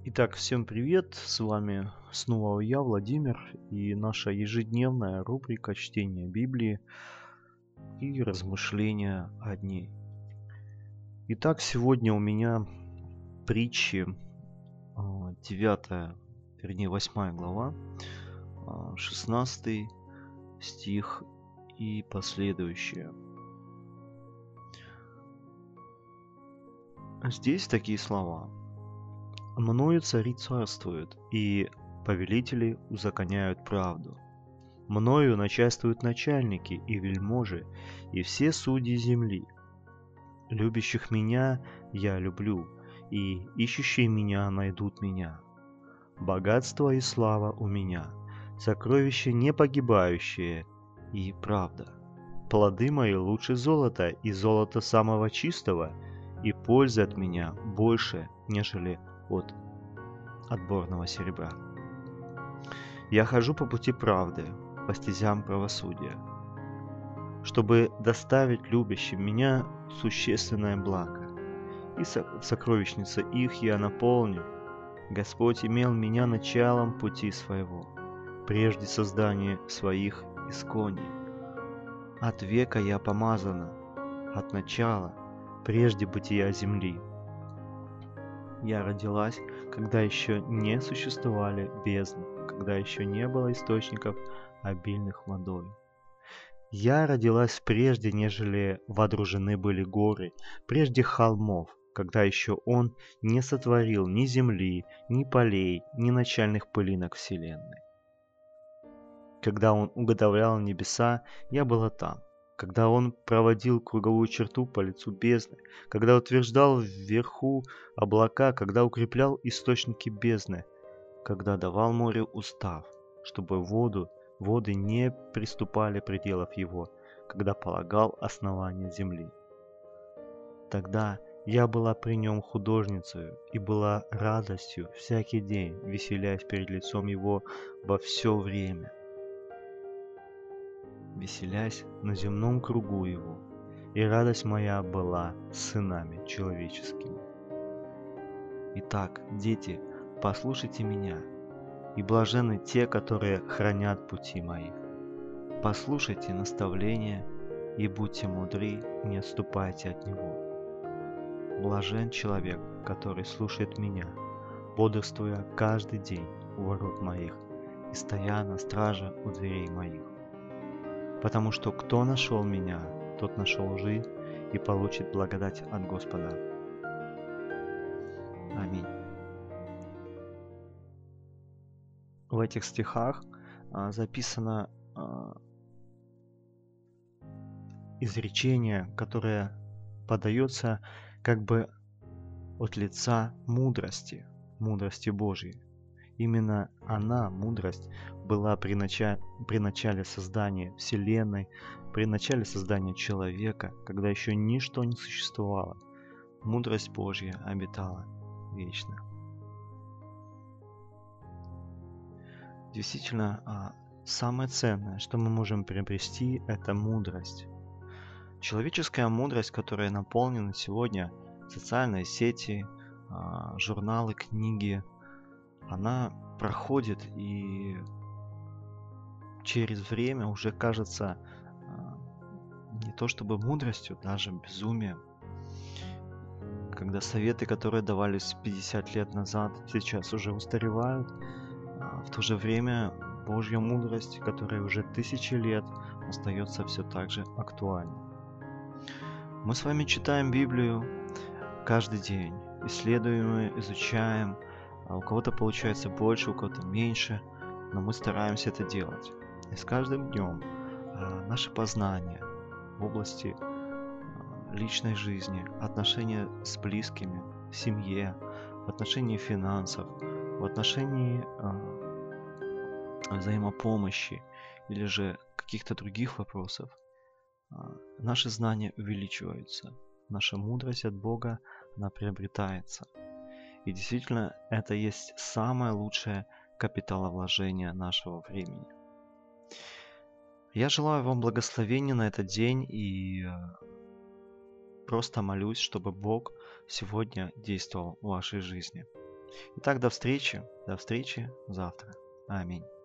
Итак, всем привет! С вами снова я, Владимир, и наша ежедневная рубрика чтения Библии и размышления о ней. Итак, сегодня у меня притчи 9, вернее 8 глава, 16 стих и последующие. Здесь такие слова. «Мною цари царствуют, и повелители узаконяют правду. Мною начальствуют начальники и вельможи, и все судьи земли. Любящих меня я люблю, и ищущие меня найдут меня. Богатство и слава у меня, сокровища не погибающие и правда. Плоды мои лучше золота, и золота самого чистого, и пользы от меня больше, нежели от отборного серебра. Я хожу по пути правды, по стезям правосудия, чтобы доставить любящим меня существенное благо. И сокровищница их я наполню. Господь имел меня началом пути своего, прежде создания своих исконий. От века я помазана, от начала, прежде бытия земли. Я родилась, когда еще не существовали бездны, когда еще не было источников, обильных водой. Я родилась прежде, нежели водружены были горы, прежде холмов, когда еще он не сотворил ни земли, ни полей, ни начальных пылинок вселенной. Когда он уготовлял небеса, я была там. Когда он проводил круговую черту по лицу бездны, когда утверждал вверху облака, когда укреплял источники бездны, когда давал морю устав, чтобы воды не приступали пределов его, когда полагал основание земли. Тогда я была при нем художницею и была радостью всякий день, веселясь перед лицом его во все время, веселясь на земном кругу его, и радость моя была с сынами человеческими. Итак, дети, послушайте меня, и блаженны те, которые хранят пути мои. Послушайте наставления и будьте мудры, не отступайте от него. Блажен человек, который слушает меня, бодрствуя каждый день у ворот моих и стоя на страже у дверей моих. Потому что кто нашел меня, тот нашел жизнь и получит благодать от Господа. Аминь. В этих стихах записано изречение, которое подается как бы от лица мудрости Божьей. Именно она, мудрость, была при начале создания Вселенной, при начале создания человека, когда еще ничто не существовало. Мудрость Божья обитала вечно. Действительно, самое ценное, что мы можем приобрести, это мудрость. Человеческая мудрость, которая наполнена сегодня социальные сети, журналы, книги, она проходит и через время уже кажется не то чтобы мудростью, даже безумием. Когда советы, которые давались 50 лет назад, сейчас уже устаревают, в то же время Божья мудрость, которая уже тысячи лет, остается все так же актуальной. Мы с вами читаем Библию каждый день, исследуем ее, изучаем. У кого-то получается больше, у кого-то меньше, но мы стараемся это делать. И с каждым днем наше познание в области личной жизни, отношения с близкими, в семье, в отношении финансов, в отношении взаимопомощи или же каких-то других вопросов, наши знания увеличиваются, наша мудрость от Бога, она приобретается. И действительно, это есть самое лучшее капиталовложение нашего времени. Я желаю вам благословения на этот день и просто молюсь, чтобы Бог сегодня действовал в вашей жизни. Итак, до встречи завтра. Аминь.